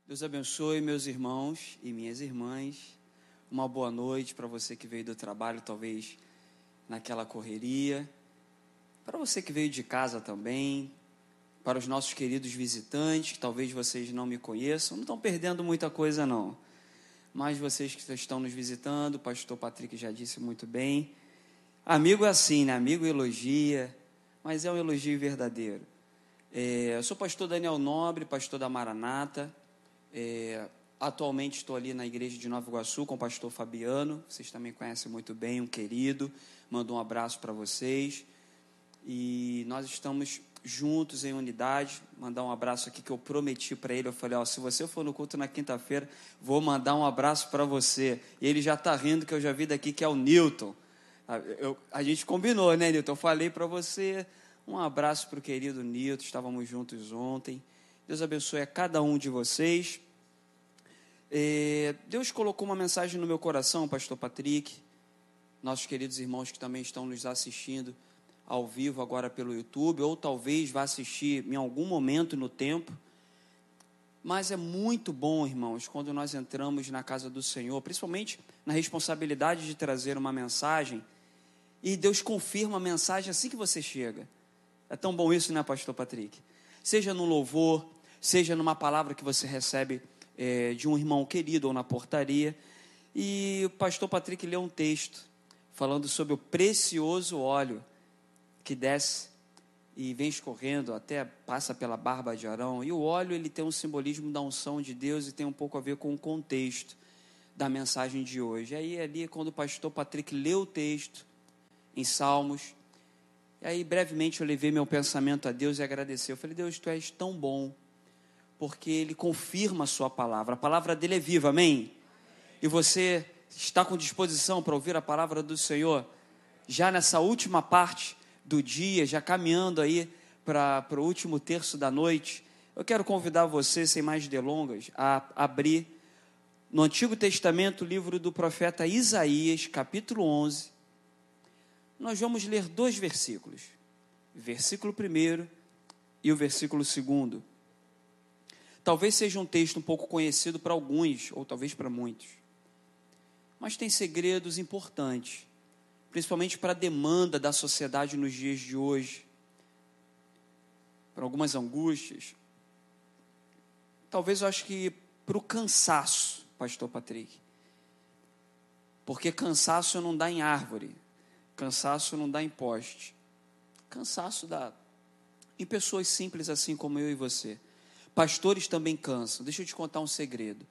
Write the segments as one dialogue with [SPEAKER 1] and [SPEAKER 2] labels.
[SPEAKER 1] Deus abençoe meus irmãos e minhas irmãs. Uma boa noite para você que veio do trabalho, talvez naquela correria. Para você que veio de casa também. Para os nossos queridos visitantes, que talvez vocês não me conheçam. Não estão perdendo muita coisa, não. Mas vocês que estão nos visitando, o pastor Patrick já disse muito bem. Amigo é assim, né? Amigo elogia, mas é um elogio verdadeiro. Eu sou pastor Daniel Nobre, pastor da Maranata. Atualmente estou ali na igreja de Nova Iguaçu com o pastor Fabiano, vocês também conhecem muito bem, um querido, mando um abraço para vocês, e nós estamos juntos em unidade. Mandar um abraço aqui que eu prometi para ele, eu falei, se você for no culto na quinta-feira, vou mandar um abraço para você, e ele já está rindo que eu já vi daqui que é o Newton, a gente combinou, né, Newton? Eu falei para você, um abraço para o querido Newton, estávamos juntos ontem. Deus abençoe a cada um de vocês. Deus colocou uma mensagem no meu coração, pastor Patrick, nossos queridos irmãos que também estão nos assistindo ao vivo agora pelo YouTube, ou talvez vá assistir em algum momento no tempo. Mas é muito bom, irmãos, quando nós entramos na casa do Senhor, principalmente na responsabilidade de trazer uma mensagem, e Deus confirma a mensagem assim que você chega. É tão bom isso, né, pastor Patrick? Seja no louvor, seja numa palavra que você recebe de um irmão querido ou na portaria. E o pastor Patrick leu um texto falando sobre o precioso óleo que desce e vem escorrendo, até passa pela barba de Arão. E o óleo, ele tem um simbolismo da unção de Deus e tem um pouco a ver com o contexto da mensagem de hoje. Aí ali, quando o pastor Patrick leu o texto em Salmos, e aí brevemente eu levei meu pensamento a Deus e agradeci. Eu falei, Deus, Tu és tão bom, porque Ele confirma a Sua palavra. A palavra dEle é viva, amém? E você está com disposição para ouvir a palavra do Senhor, já nessa última parte do dia, já caminhando aí para o último terço da noite. Eu quero convidar você, sem mais delongas, a abrir no Antigo Testamento o livro do profeta Isaías, capítulo 11. Nós vamos ler 2 versículos, o versículo 1 e o versículo 2. Talvez seja um texto um pouco conhecido para alguns, ou talvez para muitos, mas tem segredos importantes, principalmente para a demanda da sociedade nos dias de hoje, para algumas angústias, talvez eu acho que para o cansaço, pastor Patrick, porque cansaço não dá em árvore, cansaço não dá em poste, cansaço dá em pessoas simples assim como eu e você. Pastores também cansam. Deixa eu te contar um segredo.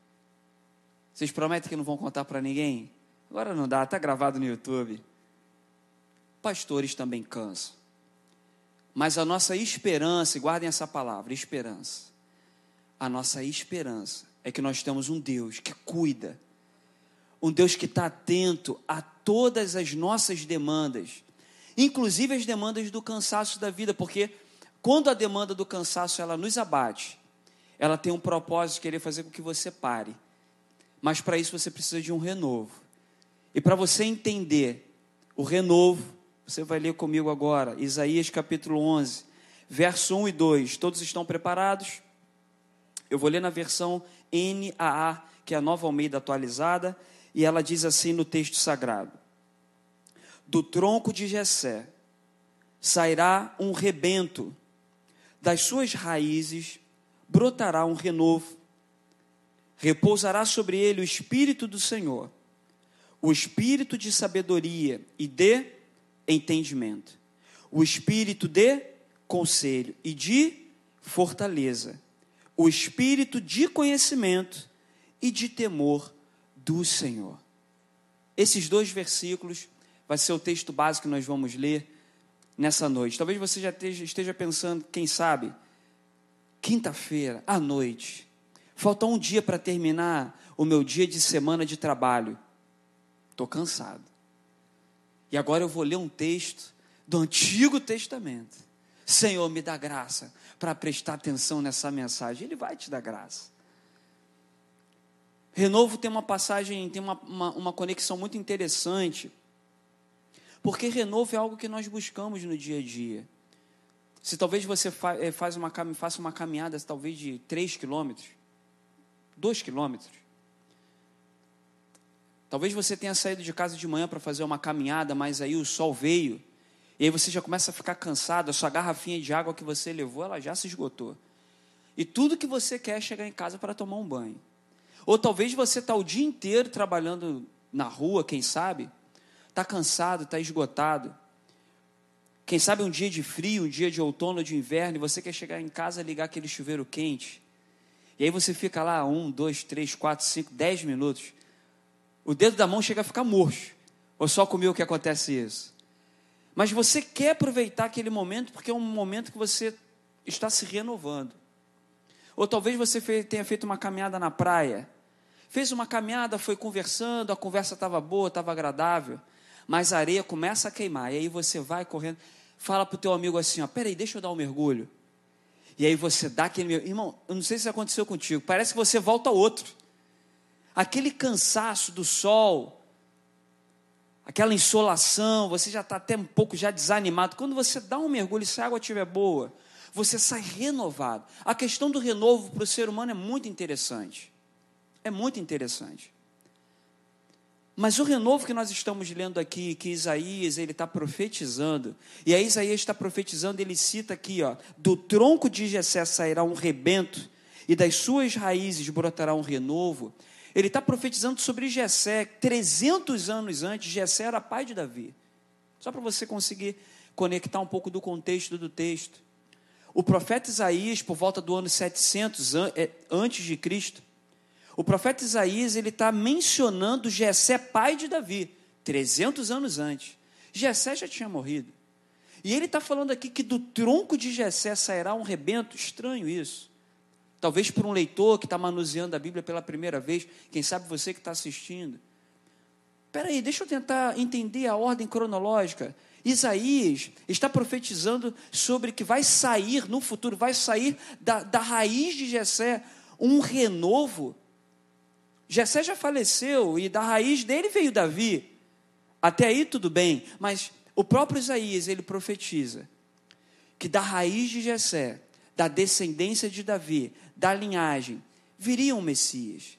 [SPEAKER 1] Vocês prometem que não vão contar para ninguém? Agora não dá, está gravado no YouTube. Pastores também cansam. Mas a nossa esperança, e guardem essa palavra, esperança. A nossa esperança é que nós temos um Deus que cuida, um Deus que está atento a todas as nossas demandas, inclusive as demandas do cansaço da vida, porque quando a demanda do cansaço ela nos abate, ela tem um propósito de querer fazer com que você pare, mas para isso você precisa de um renovo, e para você entender o renovo, você vai ler comigo agora, Isaías capítulo 11, verso 1 e 2, todos estão preparados? Eu vou ler na versão NAA, que é a Nova Almeida atualizada, e ela diz assim no texto sagrado: do tronco de Jessé sairá um rebento, das suas raízes brotará um renovo, repousará sobre ele o Espírito do Senhor, o Espírito de sabedoria e de entendimento, o Espírito de conselho e de fortaleza, o Espírito de conhecimento e de temor do Senhor. Esses 2 versículos vai ser o texto básico que nós vamos ler nessa noite. Talvez você já esteja pensando, quem sabe, quinta-feira, à noite, falta um dia para terminar o meu dia de semana de trabalho. Estou cansado. E agora eu vou ler um texto do Antigo Testamento. Senhor, me dá graça para prestar atenção nessa mensagem. Ele vai te dar graça. Renovo tem uma passagem, tem uma conexão muito interessante, porque renovo é algo que nós buscamos no dia a dia. Se talvez você faça uma caminhada, talvez de 3 quilômetros, 2 quilômetros. Talvez você tenha saído de casa de manhã para fazer uma caminhada, mas aí o sol veio, e aí você já começa a ficar cansado, a sua garrafinha de água que você levou, ela já se esgotou. E tudo que você quer é chegar em casa para tomar um banho. Ou talvez você está o dia inteiro trabalhando na rua, quem sabe, está cansado, está esgotado. Quem sabe um dia de frio, um dia de outono, de inverno, e você quer chegar em casa e ligar aquele chuveiro quente. E aí você fica lá 1, 2, 3, 4, 5, 10 minutos. O dedo da mão chega a ficar murcho. Ou só comigo que acontece isso? Mas você quer aproveitar aquele momento porque é um momento que você está se renovando. Ou talvez você tenha feito uma caminhada na praia. Fez uma caminhada, foi conversando, a conversa estava boa, estava agradável, mas a areia começa a queimar. E aí você vai correndo, fala para o teu amigo assim, ó, peraí, deixa eu dar um mergulho. E aí você dá aquele mergulho. Irmão, eu não sei se aconteceu contigo, parece que você volta outro. Aquele cansaço do sol, aquela insolação, você já está até um pouco já desanimado. Quando você dá um mergulho, se a água estiver boa, você sai renovado. A questão do renovo para o ser humano é muito interessante. É muito interessante. Mas o renovo que nós estamos lendo aqui, que Isaías ele está profetizando, e aí Isaías está profetizando, ele cita aqui, ó, do tronco de Jessé sairá um rebento, e das suas raízes brotará um renovo. Ele está profetizando sobre Jessé. 300 anos antes, Jessé era pai de Davi. Só para você conseguir conectar um pouco do contexto do texto. O profeta Isaías, por volta do ano 700 antes de Cristo, o profeta Isaías ele está mencionando Jessé, pai de Davi, 300 anos antes. Jessé já tinha morrido. E ele está falando aqui que do tronco de Jessé sairá um rebento. Estranho isso. Talvez para um leitor que está manuseando a Bíblia pela primeira vez, quem sabe você que está assistindo. Espera aí, deixa eu tentar entender a ordem cronológica. Isaías está profetizando sobre que vai sair, no futuro, vai sair da raiz de Jessé um renovo. Jessé já faleceu e da raiz dele veio Davi. Até aí tudo bem, mas o próprio Isaías, ele profetiza que da raiz de Jessé, da descendência de Davi, da linhagem, viria um Messias.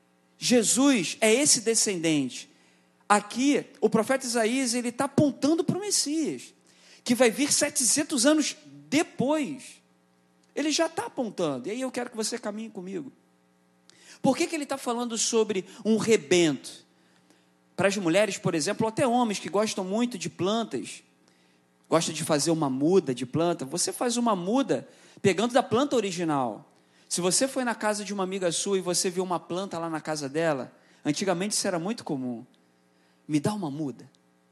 [SPEAKER 1] Jesus é esse descendente. Aqui, o profeta Isaías, ele está apontando para o Messias, que vai vir 700 anos depois. Ele já está apontando, e aí eu quero que você caminhe comigo. Por que ele está falando sobre um rebento? Para as mulheres, por exemplo, ou até homens que gostam muito de plantas, gostam de fazer uma muda de planta, você faz uma muda pegando da planta original. Se você foi na casa de uma amiga sua e você viu uma planta lá na casa dela, antigamente isso era muito comum. Me dá uma muda.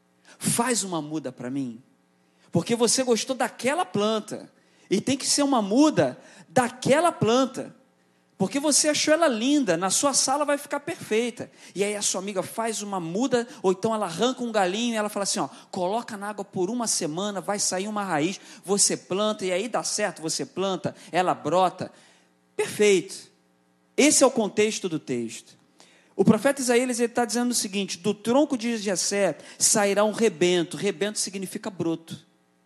[SPEAKER 1] Faz uma muda para mim. Porque você gostou daquela planta. E tem que ser uma muda daquela planta. Porque você achou ela linda, na sua sala vai ficar perfeita. E aí a sua amiga faz uma muda, ou então ela arranca um galinho e ela fala assim, ó, coloca na água por uma semana, vai sair uma raiz, você planta, e aí dá certo, você planta, ela brota. Perfeito. Esse é o contexto do texto. O profeta Isaías está dizendo o seguinte, do tronco de Jessé sairá um rebento. Rebento significa broto.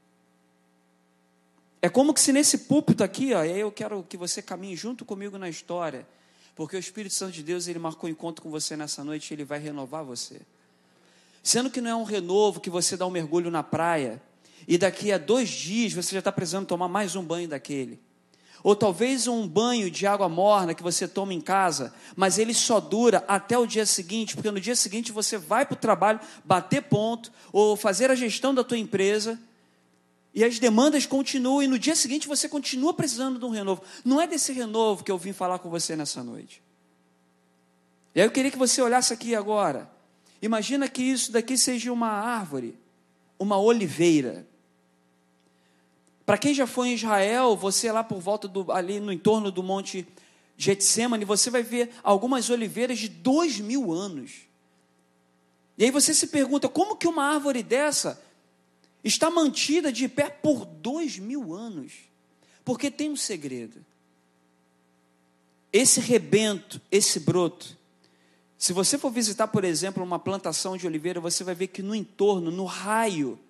[SPEAKER 1] É como que se nesse púlpito aqui, ó, e aí eu quero que você caminhe junto comigo na história, porque o Espírito Santo de Deus, ele marcou encontro com você nessa noite, ele vai renovar você. Sendo que não é um renovo que você dá um mergulho na praia, e daqui a 2 dias você já está precisando tomar mais um banho daquele. Ou talvez um banho de água morna que você toma em casa, mas ele só dura até o dia seguinte, porque no dia seguinte você vai para o trabalho, bater ponto, ou fazer a gestão da tua empresa, e as demandas continuam, e no dia seguinte você continua precisando de um renovo. Não é desse renovo que eu vim falar com você nessa noite. E aí eu queria que você olhasse aqui agora. Imagina que isso daqui seja uma árvore, uma oliveira. Para quem já foi em Israel, você lá por volta ali no entorno do Monte Getsêmani, você vai ver algumas oliveiras de 2000 anos. E aí você se pergunta, como que uma árvore dessa está mantida de pé por 2000 anos? Porque tem um segredo. Esse rebento, esse broto, se você for visitar, por exemplo, uma plantação de oliveira, você vai ver que no entorno, no raio,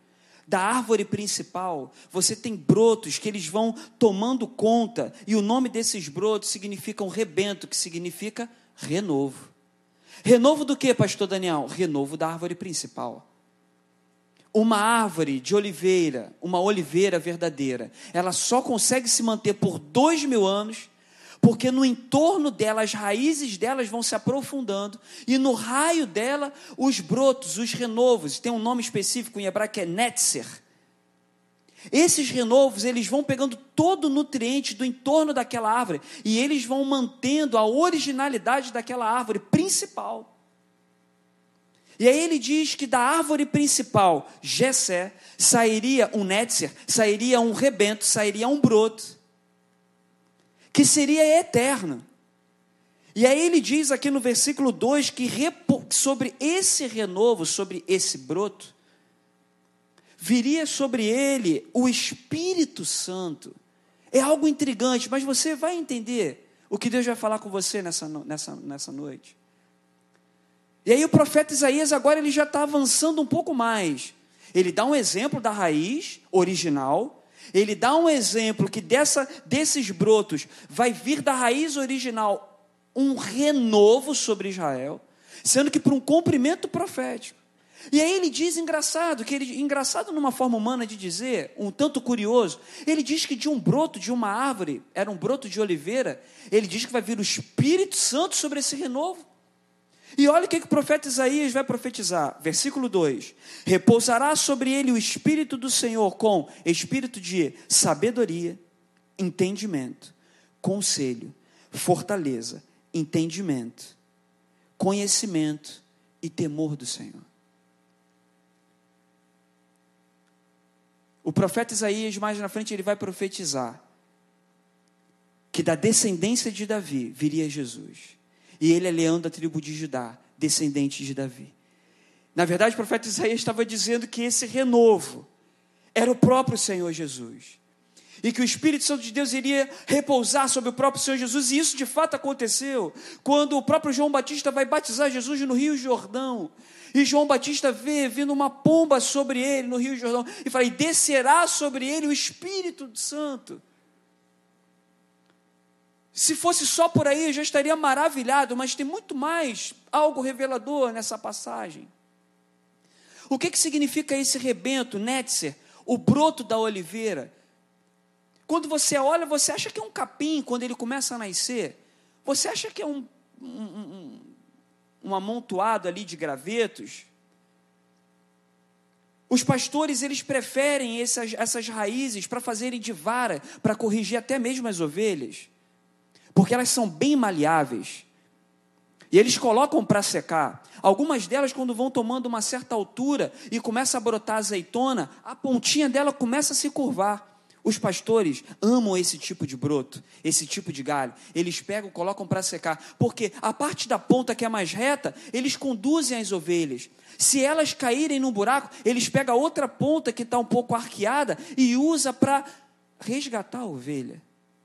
[SPEAKER 1] da árvore principal, você tem brotos que eles vão tomando conta, e o nome desses brotos significa um rebento, que significa renovo. Renovo do que, pastor Daniel? Renovo da árvore principal. Uma árvore de oliveira, uma oliveira verdadeira, ela só consegue se manter por 2000 anos, porque no entorno dela, as raízes delas vão se aprofundando, e no raio dela, os brotos, os renovos, tem um nome específico em hebraico que é netzer. Esses renovos, eles vão pegando todo o nutriente do entorno daquela árvore, e eles vão mantendo a originalidade daquela árvore principal. E aí ele diz que da árvore principal, Jessé, sairia um netzer, sairia um rebento, sairia um broto, que seria eterno. E aí ele diz aqui no versículo 2, que sobre esse renovo, sobre esse broto, viria sobre ele o Espírito Santo. É algo intrigante, mas você vai entender o que Deus vai falar com você nessa noite. E aí o profeta Isaías agora ele já está avançando um pouco mais. Ele dá um exemplo da raiz original, ele dá um exemplo que desses brotos vai vir da raiz original um renovo sobre Israel, sendo que por um cumprimento profético. E aí ele diz, engraçado numa forma humana de dizer, um tanto curioso, ele diz que de um broto, de uma árvore, era um broto de oliveira, ele diz que vai vir o Espírito Santo sobre esse renovo. E olha o que o profeta Isaías vai profetizar, versículo 2, repousará sobre ele o Espírito do Senhor com espírito de sabedoria, entendimento, conselho, fortaleza, entendimento, conhecimento e temor do Senhor. O profeta Isaías, mais na frente, ele vai profetizar que da descendência de Davi viria Jesus. E ele é leão da tribo de Judá, descendente de Davi. Na verdade, o profeta Isaías estava dizendo que esse renovo era o próprio Senhor Jesus. E que o Espírito Santo de Deus iria repousar sobre o próprio Senhor Jesus. E isso de fato aconteceu quando o próprio João Batista vai batizar Jesus no Rio Jordão. E João Batista vê vindo uma pomba sobre ele no Rio Jordão. E fala, e descerá sobre ele o Espírito Santo. Se fosse só por aí, eu já estaria maravilhado, mas tem muito mais algo revelador nessa passagem. O que significa esse rebento, netzer, o broto da oliveira? Quando você olha, você acha que é um capim, quando ele começa a nascer? Você acha que é um amontoado ali de gravetos? Os pastores, eles preferem essas raízes para fazerem de vara, para corrigir até mesmo as ovelhas. Porque elas são bem maleáveis, e eles colocam para secar. Algumas delas, quando vão tomando uma certa altura, e começa a brotar azeitona, a pontinha dela começa a se curvar. Os pastores amam esse tipo de broto, esse tipo de galho. Eles pegam, colocam para secar, porque a parte da ponta que é mais reta, eles conduzem as ovelhas. Se elas caírem num buraco, eles pegam a outra ponta que está um pouco arqueada, e usa para resgatar a ovelha.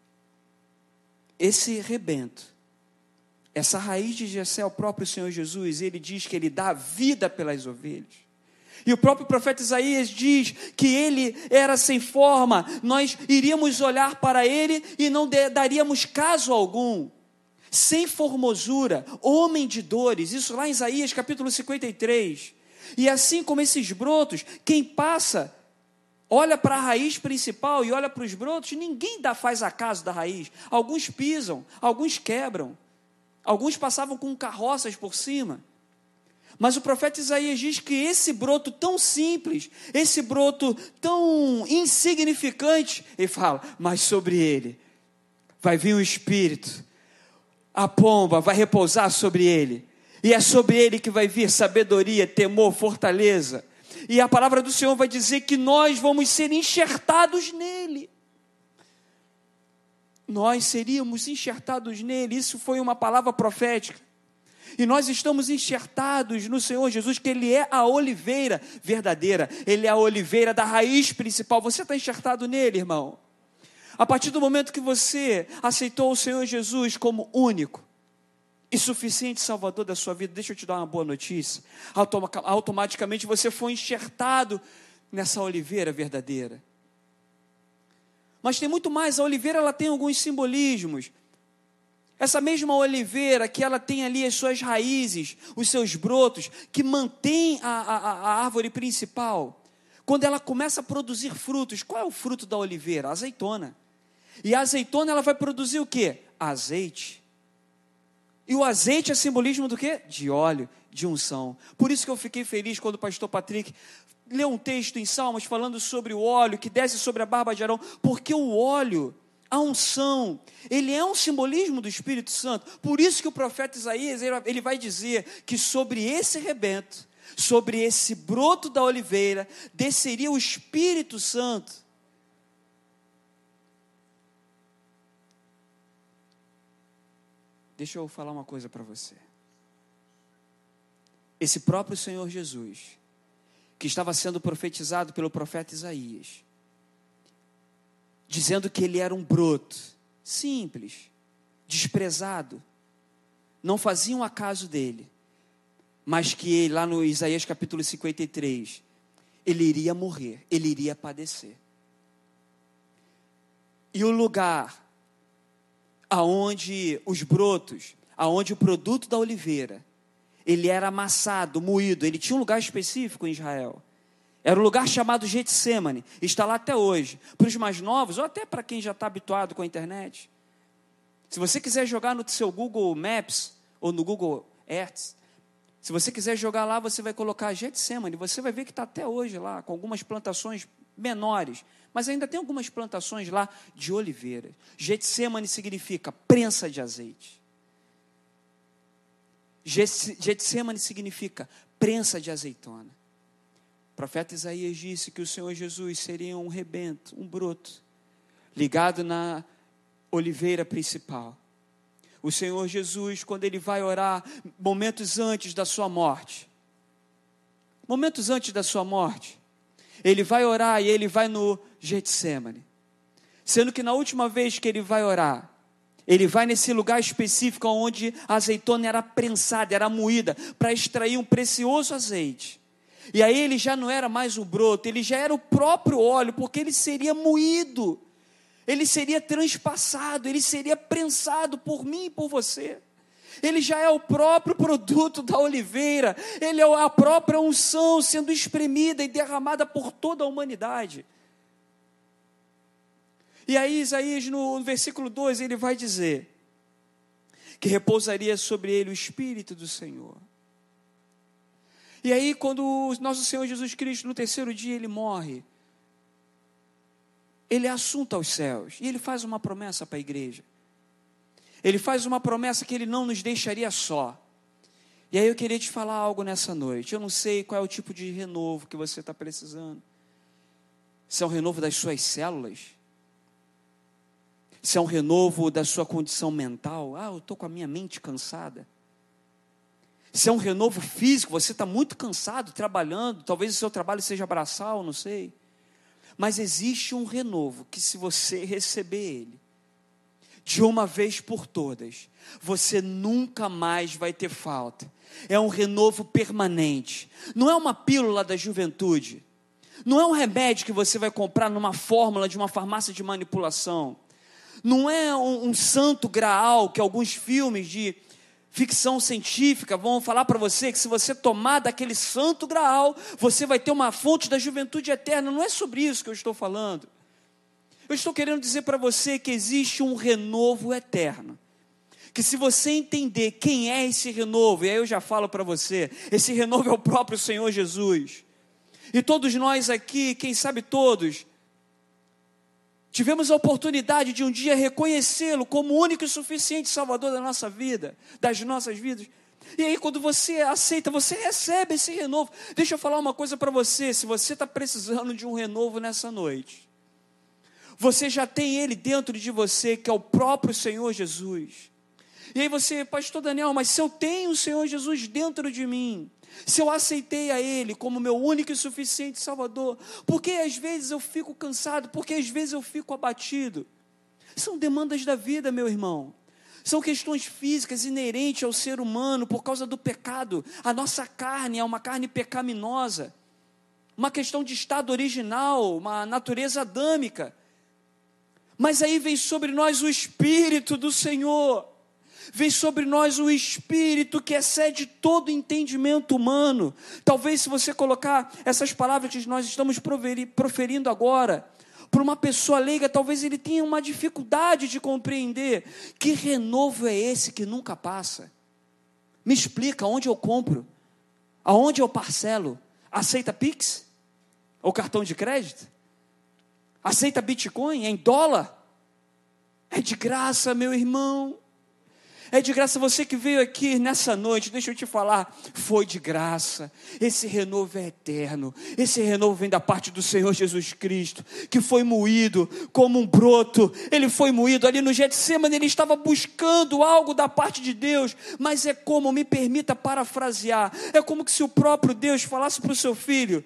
[SPEAKER 1] Esse rebento, essa raiz de Jessé, o próprio Senhor Jesus, ele diz que ele dá vida pelas ovelhas. E o próprio profeta Isaías diz que ele era sem forma, nós iríamos olhar para ele e não daríamos caso algum. Sem formosura, homem de dores, isso lá em Isaías capítulo 53. E assim como esses brotos, quem passa olha para a raiz principal e olha para os brotos, ninguém faz acaso da raiz. Alguns pisam, alguns quebram, alguns passavam com carroças por cima. Mas o profeta Isaías diz que esse broto tão simples, esse broto tão insignificante, ele fala, mas sobre ele vai vir o Espírito, a pomba vai repousar sobre ele, e é sobre ele que vai vir sabedoria, temor, fortaleza. E a palavra do Senhor vai dizer que nós vamos ser enxertados nele. Nós seríamos enxertados nele. Isso foi uma palavra profética. E nós estamos enxertados no Senhor Jesus, que ele é a oliveira verdadeira. Ele é a oliveira da raiz principal. Você está enxertado nele, irmão? A partir do momento que você aceitou o Senhor Jesus como único e suficiente Salvador da sua vida, deixa eu te dar uma boa notícia. Automaticamente você foi enxertado nessa oliveira verdadeira. Mas tem muito mais, a oliveira ela tem alguns simbolismos. Essa mesma oliveira que ela tem ali as suas raízes, os seus brotos, que mantém a árvore principal. Quando ela começa a produzir frutos, qual é o fruto da oliveira? A azeitona. E a azeitona ela vai produzir o quê? Azeite. E o azeite é simbolismo do quê? De óleo, de unção. Por isso que eu fiquei feliz quando o pastor Patrick leu um texto em Salmos falando sobre o óleo que desce sobre a barba de Arão, porque o óleo, a unção, ele é um simbolismo do Espírito Santo. Por isso que o profeta Isaías, ele vai dizer que sobre esse rebento, sobre esse broto da oliveira, desceria o Espírito Santo. Deixa eu falar uma coisa para você. Esse próprio Senhor Jesus, que estava sendo profetizado pelo profeta Isaías, dizendo que ele era um broto, simples, desprezado, não faziam acaso dele, mas que ele, lá no Isaías capítulo 53, ele iria morrer, ele iria padecer. E o lugar aonde os brotos, aonde o produto da oliveira, ele era amassado, moído, ele tinha um lugar específico em Israel. Era um lugar chamado Getsêmani, está lá até hoje. Para os mais novos, ou até para quem já está habituado com a internet. Se você quiser jogar no seu Google Maps, ou no Google Earth, se você quiser jogar lá, você vai colocar Getsêmani, você vai ver que está até hoje lá, com algumas plantações menores, mas ainda tem algumas plantações lá de oliveira. Getsêmani significa prensa de azeite. Getsêmani significa prensa de azeitona. O profeta Isaías disse que o Senhor Jesus seria um rebento, um broto, ligado na oliveira principal. O Senhor Jesus, quando ele vai orar, momentos antes da sua morte, ele vai orar e ele vai no Getsêmani. Sendo que na última vez que ele vai orar, ele vai nesse lugar específico onde a azeitona era prensada, era moída, para extrair um precioso azeite. E aí ele já não era mais um broto, ele já era o próprio óleo, porque ele seria moído, ele seria transpassado, ele seria prensado por mim e por você. Ele já é o próprio produto da oliveira, ele é a própria unção sendo espremida e derramada por toda a humanidade. E aí Isaías no versículo 2, ele vai dizer que repousaria sobre ele o Espírito do Senhor. E aí quando o nosso Senhor Jesus Cristo no terceiro dia ele morre, ele é assunto aos céus, e ele faz uma promessa para a igreja. Ele faz uma promessa que ele não nos deixaria só. E aí eu queria te falar algo nessa noite. Eu não sei qual é o tipo de renovo que você está precisando. Se é um renovo das suas células, se é um renovo da sua condição mental. Eu estou com a minha mente cansada. Se é um renovo físico, você está muito cansado trabalhando, talvez o seu trabalho seja braçal, não sei. Mas existe um renovo que, se você receber ele, de uma vez por todas, você nunca mais vai ter falta. É um renovo permanente. Não é uma pílula da juventude. Não é um remédio que você vai comprar numa fórmula de uma farmácia de manipulação. Não é um santo graal que alguns filmes de ficção científica vão falar para você que se você tomar daquele santo graal, você vai ter uma fonte da juventude eterna. Não é sobre isso que eu estou falando. Eu estou querendo dizer para você que existe um renovo eterno. Que se você entender quem é esse renovo, e aí eu já falo para você, esse renovo é o próprio Senhor Jesus. E todos nós aqui, quem sabe todos, tivemos a oportunidade de um dia reconhecê-lo como o único e suficiente Salvador da nossa vida, das nossas vidas. E aí quando você aceita, você recebe esse renovo. Deixa eu falar uma coisa para você, se você está precisando de um renovo nessa noite, você já tem ele dentro de você, que é o próprio Senhor Jesus. E aí você, pastor Daniel, mas se eu tenho o Senhor Jesus dentro de mim, se eu aceitei a ele como meu único e suficiente Salvador, por que às vezes eu fico cansado, por que às vezes eu fico abatido? São demandas da vida, meu irmão. São questões físicas inerentes ao ser humano por causa do pecado. A nossa carne é uma carne pecaminosa. uma questão de estado original, uma natureza adâmica. Mas aí vem sobre nós o Espírito do Senhor. Vem sobre nós o Espírito que excede todo entendimento humano. Talvez, se você colocar essas palavras que nós estamos proferindo agora, para uma pessoa leiga, talvez ele tenha uma dificuldade de compreender. Que renovo é esse que nunca passa? Me explica, onde eu compro? Aonde eu parcelo? Aceita Pix? Ou cartão de crédito? Aceita Bitcoin? É em dólar? É de graça, meu irmão. É de graça. Você que veio aqui nessa noite, deixa eu te falar, foi de graça. Esse renovo é eterno. Esse renovo vem da parte do Senhor Jesus Cristo, que foi moído como um broto. Ele foi moído ali no Getsemane, ele estava buscando algo da parte de Deus, mas é como, me permita parafrasear, é como que se o próprio Deus falasse para o seu filho: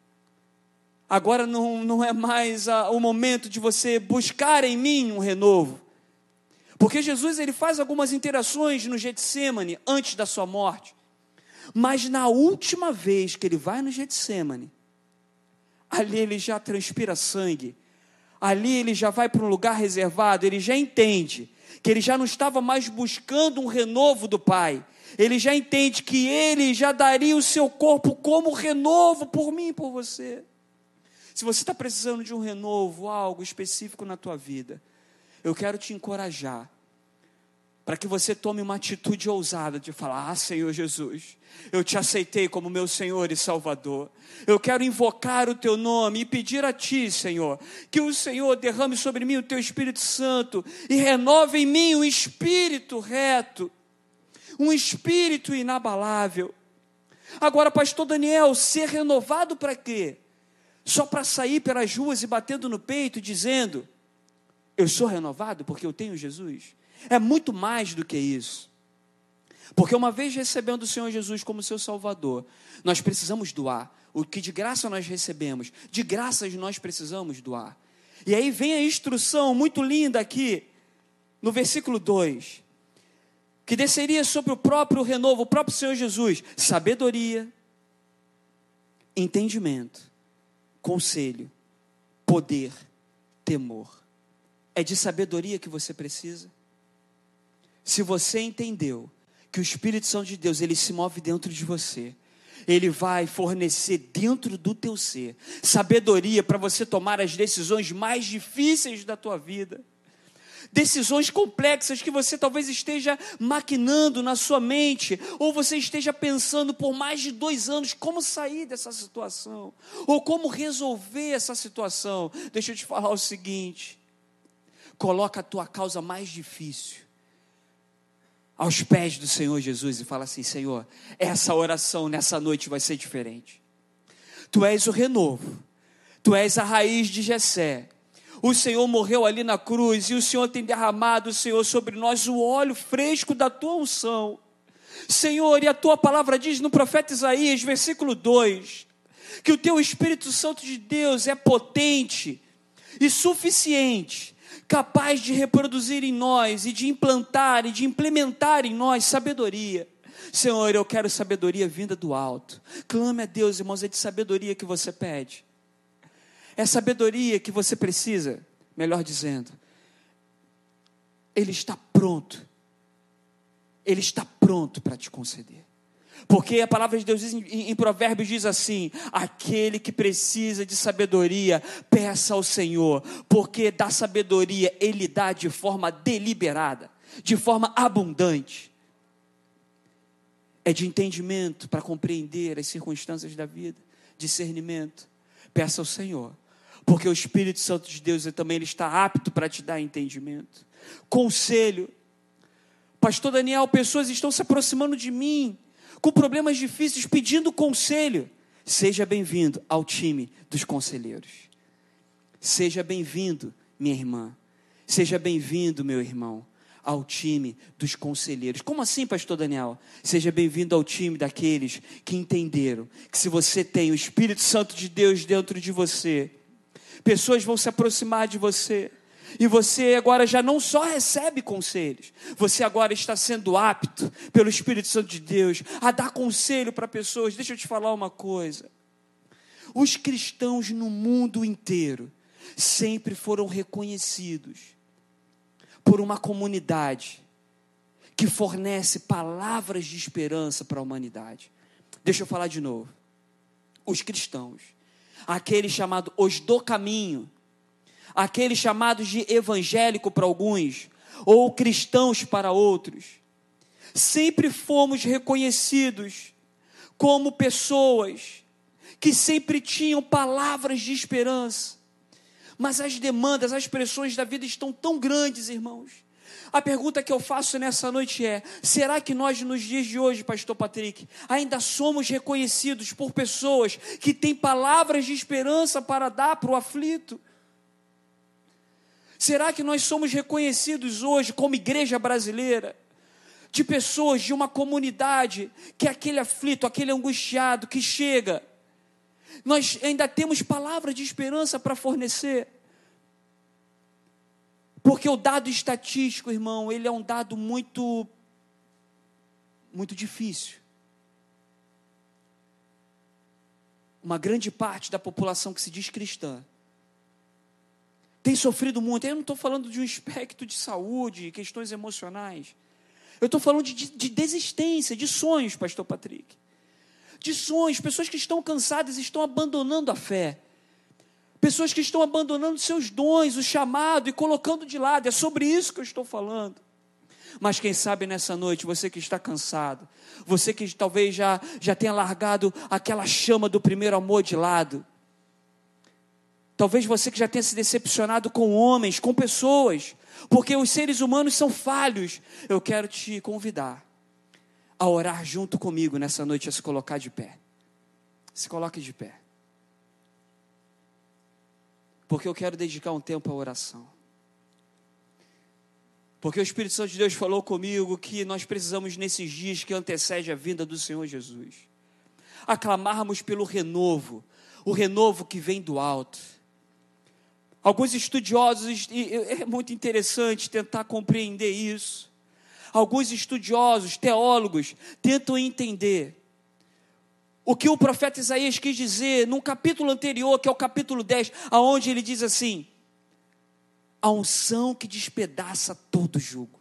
[SPEAKER 1] agora não é mais o momento de você buscar em mim um renovo. Porque Jesus, ele faz algumas interações no Getsemane antes da sua morte. Mas na última vez que ele vai no Getsemane, ali ele já transpira sangue. Ali ele já vai para um lugar reservado, ele já entende que ele já não estava mais buscando um renovo do Pai. Ele já entende que ele já daria o seu corpo como renovo por mim e por você. Se você está precisando de um renovo, algo específico na tua vida, eu quero te encorajar para que você tome uma atitude ousada de falar: ah, Senhor Jesus, eu te aceitei como meu Senhor e Salvador. Eu quero invocar o teu nome e pedir a ti, Senhor, que o Senhor derrame sobre mim o teu Espírito Santo e renove em mim um espírito reto, um espírito inabalável. Agora, pastor Daniel, ser renovado para quê? Só para sair pelas ruas e batendo no peito, dizendo: eu sou renovado porque eu tenho Jesus? É muito mais do que isso. Porque uma vez recebendo o Senhor Jesus como seu Salvador, nós precisamos doar. O que de graça nós recebemos, de graças nós precisamos doar. E aí vem a instrução muito linda aqui, no versículo 2, que desceria sobre o próprio renovo, o próprio Senhor Jesus: sabedoria, entendimento, conselho, poder, temor. É de sabedoria que você precisa? Se você entendeu que o Espírito Santo de Deus, ele se move dentro de você, ele vai fornecer dentro do teu ser sabedoria para você tomar as decisões mais difíceis da tua vida. Decisões complexas que você talvez esteja maquinando na sua mente, ou você esteja pensando por mais de 2 anos como sair dessa situação, ou como resolver essa situação. Deixa eu te falar o seguinte: coloca a tua causa mais difícil aos pés do Senhor Jesus e fala assim: Senhor, essa oração nessa noite vai ser diferente. Tu és o renovo, tu és a raiz de Jessé. O Senhor morreu ali na cruz e o Senhor tem derramado, Senhor, sobre nós o óleo fresco da tua unção. Senhor, e a tua palavra diz no profeta Isaías, versículo 2, que o teu Espírito Santo de Deus é potente e suficiente, capaz de reproduzir em nós e de implantar e de implementar em nós sabedoria. Senhor, eu quero sabedoria vinda do alto. Clame a Deus, irmãos, é de sabedoria que você pede. É sabedoria que você precisa, melhor dizendo. Ele está pronto. Ele está pronto para te conceder. Porque a palavra de Deus diz, em Provérbios diz assim: aquele que precisa de sabedoria, peça ao Senhor, porque da sabedoria Ele dá de forma deliberada, de forma abundante. É de entendimento para compreender as circunstâncias da vida, discernimento. Peça ao Senhor, porque o Espírito Santo de Deus também ele está apto para te dar entendimento. Conselho. Pastor Daniel, pessoas estão se aproximando de mim com problemas difíceis, pedindo conselho. Seja bem-vindo ao time dos conselheiros. Seja bem-vindo, minha irmã. Seja bem-vindo, meu irmão, ao time dos conselheiros. Como assim, pastor Daniel? Seja bem-vindo ao time daqueles que entenderam que se você tem o Espírito Santo de Deus dentro de você, pessoas vão se aproximar de você. E você agora já não só recebe conselhos, você agora está sendo apto pelo Espírito Santo de Deus a dar conselho para pessoas. Deixa eu te falar uma coisa. Os cristãos no mundo inteiro sempre foram reconhecidos por uma comunidade que fornece palavras de esperança para a humanidade. Deixa eu falar de novo. Os cristãos, aqueles chamados os do caminho, aqueles chamados de evangélico para alguns, ou cristãos para outros, sempre fomos reconhecidos como pessoas que sempre tinham palavras de esperança. Mas as demandas, as pressões da vida estão tão grandes, irmãos. A pergunta que eu faço nessa noite é: será que nós nos dias de hoje, pastor Patrick, ainda somos reconhecidos por pessoas que têm palavras de esperança para dar para o aflito? Será que nós somos reconhecidos hoje como igreja brasileira, de pessoas de uma comunidade que aquele aflito, aquele angustiado que chega, nós ainda temos palavras de esperança para fornecer? Porque o dado estatístico, irmão, ele é um dado muito difícil. Uma grande parte da população que se diz cristã tem sofrido muito. Eu não estou falando de um aspecto de saúde, questões emocionais. Eu estou falando de desistência, de sonhos, pastor Patrick. De sonhos, pessoas que estão cansadas, estão abandonando a fé. Pessoas que estão abandonando seus dons, o chamado e colocando de lado. É sobre isso que eu estou falando. Mas quem sabe nessa noite, você que está cansado, você que talvez já tenha largado aquela chama do primeiro amor de lado, talvez você que já tenha se decepcionado com homens, com pessoas, porque os seres humanos são falhos, eu quero te convidar a orar junto comigo nessa noite, a se colocar de pé. Se coloque de pé. Porque eu quero dedicar um tempo à oração. Porque o Espírito Santo de Deus falou comigo que nós precisamos, nesses dias que antecede a vinda do Senhor Jesus, aclamarmos pelo renovo, o renovo que vem do alto. Alguns estudiosos, e é muito interessante tentar compreender isso, alguns estudiosos, teólogos, tentam entender o que o profeta Isaías quis dizer num capítulo anterior, que é o capítulo 10, aonde ele diz assim: a unção que despedaça todo jugo.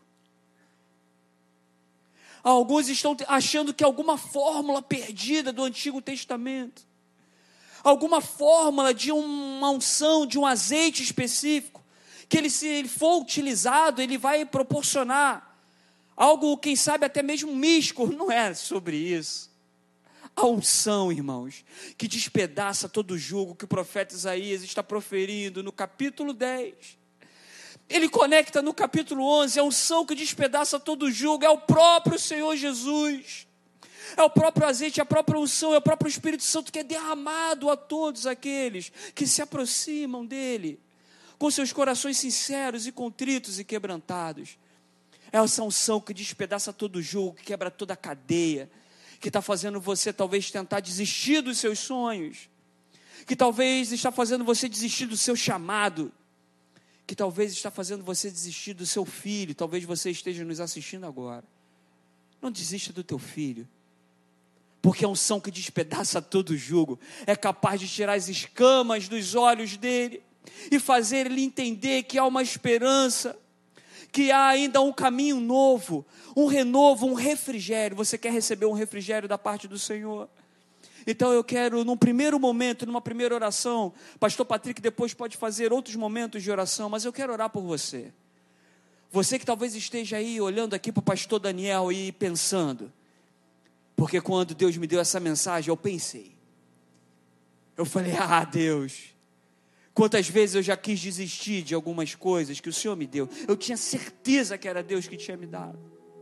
[SPEAKER 1] Alguns estão achando que alguma fórmula perdida do Antigo Testamento, alguma fórmula de uma unção, de um azeite específico, que ele, se ele for utilizado, ele vai proporcionar algo, quem sabe até mesmo místico. Não é sobre isso. A unção, irmãos, que despedaça todo o jugo, que o profeta Isaías está proferindo no capítulo 10. Ele conecta no capítulo 11, a unção que despedaça todo o jugo é o próprio Senhor Jesus. É o próprio azeite, a própria unção, é o próprio Espírito Santo que é derramado a todos aqueles que se aproximam dele, com seus corações sinceros e contritos e quebrantados. É essa unção que despedaça todo o jugo, que quebra toda a cadeia, que está fazendo você talvez tentar desistir dos seus sonhos, que talvez está fazendo você desistir do seu chamado, que talvez está fazendo você desistir do seu filho. Talvez você esteja nos assistindo agora. Não desista do teu filho, porque a unção que despedaça todo o jugo é capaz de tirar as escamas dos olhos dele e fazer ele entender que há uma esperança, que há ainda um caminho novo, um renovo, um refrigério. Você quer receber um refrigério da parte do Senhor? Então eu quero, num primeiro momento, numa primeira oração, pastor Patrick depois pode fazer outros momentos de oração, mas eu quero orar por você. Você que talvez esteja aí olhando aqui para o pastor Daniel e pensando, porque quando Deus me deu essa mensagem, eu pensei. Eu falei: Deus, quantas vezes eu já quis desistir de algumas coisas que o Senhor me deu. Eu tinha certeza que era Deus que tinha me dado.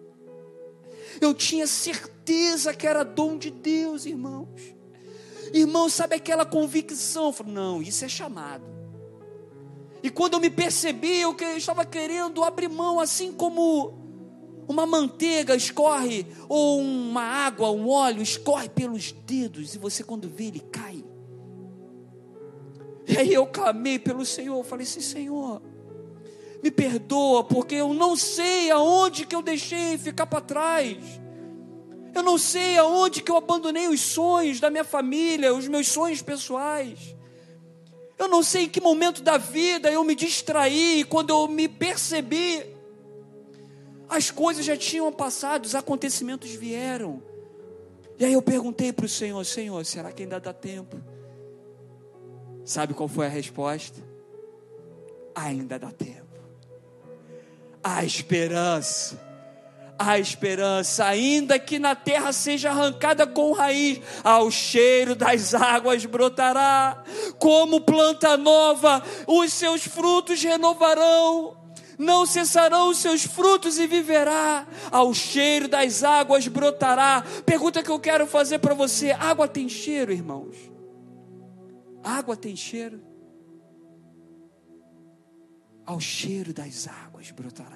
[SPEAKER 1] Eu tinha certeza que era dom de Deus, irmãos. Irmãos, sabe aquela convicção? Eu falei: não, isso é chamado. E quando eu me percebi, eu estava querendo abrir mão, assim como uma manteiga escorre, ou uma água, um óleo escorre pelos dedos, e você quando vê, ele cai. E aí eu clamei pelo Senhor, eu falei assim: Senhor, me perdoa, porque eu não sei aonde que eu deixei ficar para trás. Eu não sei aonde que eu abandonei os sonhos da minha família, os meus sonhos pessoais. Eu não sei em que momento da vida eu me distraí, e quando eu me percebi, as coisas já tinham passado, os acontecimentos vieram. E aí eu perguntei para o Senhor: Senhor, será que ainda dá tempo? Sabe qual foi a resposta? Ainda dá tempo. Há esperança. Há esperança, ainda que na terra seja arrancada com raiz, ao cheiro das águas brotará. Como planta nova, os seus frutos renovarão. Não cessarão os seus frutos e viverá. Ao cheiro das águas brotará. Pergunta que eu quero fazer para você: água tem cheiro, irmãos? Água tem cheiro? Ao cheiro das águas brotará.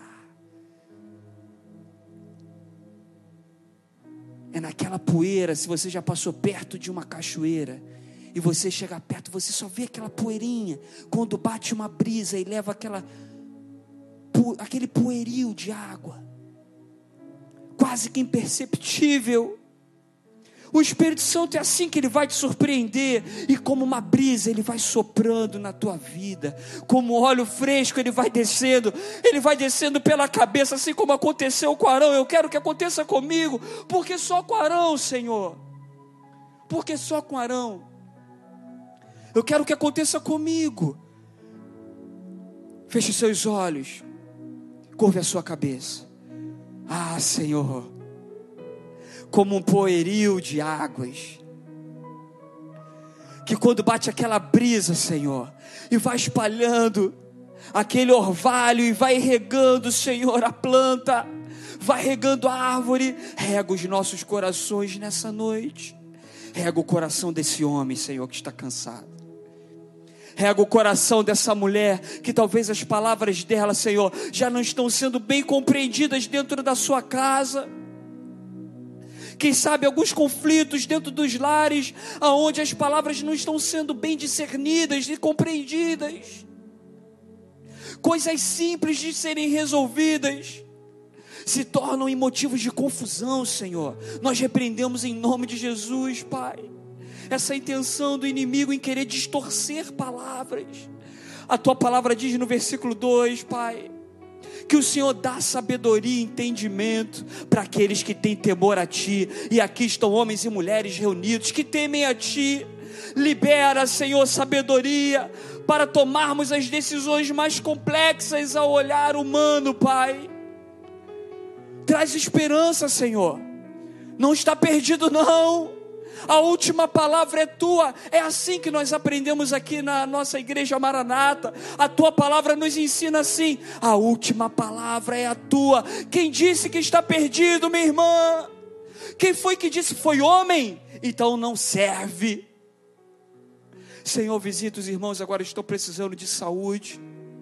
[SPEAKER 1] É naquela poeira. Se você já passou perto de uma cachoeira e você chega perto, você só vê aquela poeirinha. Quando bate uma brisa e leva aquele poerio de água, quase que imperceptível. O Espírito Santo é assim que Ele vai te surpreender. E como uma brisa, Ele vai soprando na tua vida. Como óleo fresco, Ele vai descendo. Ele vai descendo pela cabeça, assim como aconteceu com Arão. Eu quero que aconteça comigo. Porque só com Arão, Senhor. Porque só com Arão. Eu quero que aconteça comigo. Feche seus olhos. Curve a sua cabeça. Ah, Senhor, como um poerio de águas, que quando bate aquela brisa, Senhor, e vai espalhando aquele orvalho, e vai regando, Senhor, a planta, vai regando a árvore. Rega os nossos corações nessa noite. Rega o coração desse homem, Senhor, que está cansado. Rega o coração dessa mulher, que talvez as palavras dela, Senhor, já não estão sendo bem compreendidas dentro da sua casa. Quem sabe alguns conflitos dentro dos lares, aonde as palavras não estão sendo bem discernidas e compreendidas. Coisas simples de serem resolvidas se tornam em motivos de confusão, Senhor. Nós repreendemos em nome de Jesus, Pai, essa intenção do inimigo em querer distorcer palavras. A tua palavra diz no versículo 2, Pai, que o Senhor dá sabedoria e entendimento para aqueles que têm temor a Ti. E aqui estão homens e mulheres reunidos que temem a Ti. Libera, Senhor, sabedoria para tomarmos as decisões mais complexas ao olhar humano, Pai. Traz esperança, Senhor. Não está perdido, não. A última palavra é tua. É assim que nós aprendemos aqui na nossa igreja Maranata. A tua palavra nos ensina assim: a última palavra é a tua. Quem disse que está perdido, minha irmã? Quem foi que disse? Foi homem? Então não serve. Senhor, visita os irmãos agora, estão precisando de saúde,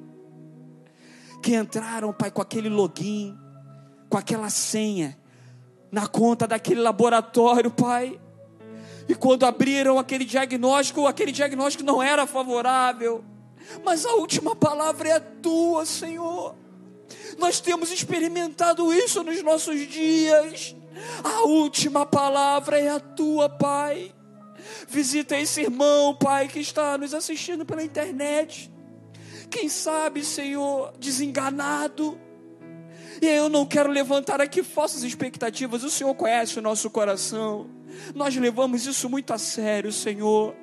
[SPEAKER 1] que entraram, Pai, com aquele login, com aquela senha na conta daquele laboratório, Pai. E quando abriram aquele diagnóstico não era favorável. Mas a última palavra é a tua, Senhor. Nós temos experimentado isso nos nossos dias. A última palavra é a tua, Pai. Visita esse irmão, Pai, que está nos assistindo pela internet. Quem sabe, Senhor, desenganado. E eu não quero levantar aqui falsas expectativas. O Senhor conhece o nosso coração. Nós levamos isso muito a sério, Senhor.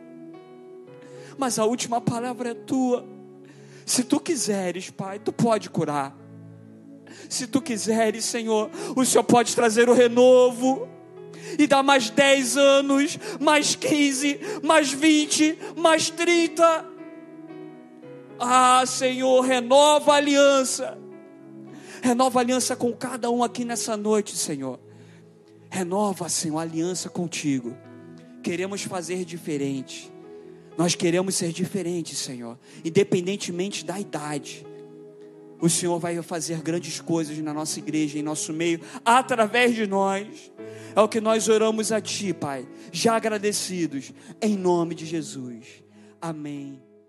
[SPEAKER 1] Mas a última palavra é tua. Se tu quiseres, Pai, tu pode curar. Se tu quiseres, Senhor, o Senhor pode trazer o renovo e dar mais 10 anos, mais 15, mais 20, mais 30. Ah, Senhor, renova a aliança. Renova a aliança com cada um aqui nessa noite, Senhor. Renova, Senhor, a aliança contigo. Queremos fazer diferente. Nós queremos ser diferentes, Senhor. Independentemente da idade. O Senhor vai fazer grandes coisas na nossa igreja, em nosso meio, através de nós. É o que nós oramos a Ti, Pai. Já agradecidos, em nome de Jesus. Amém.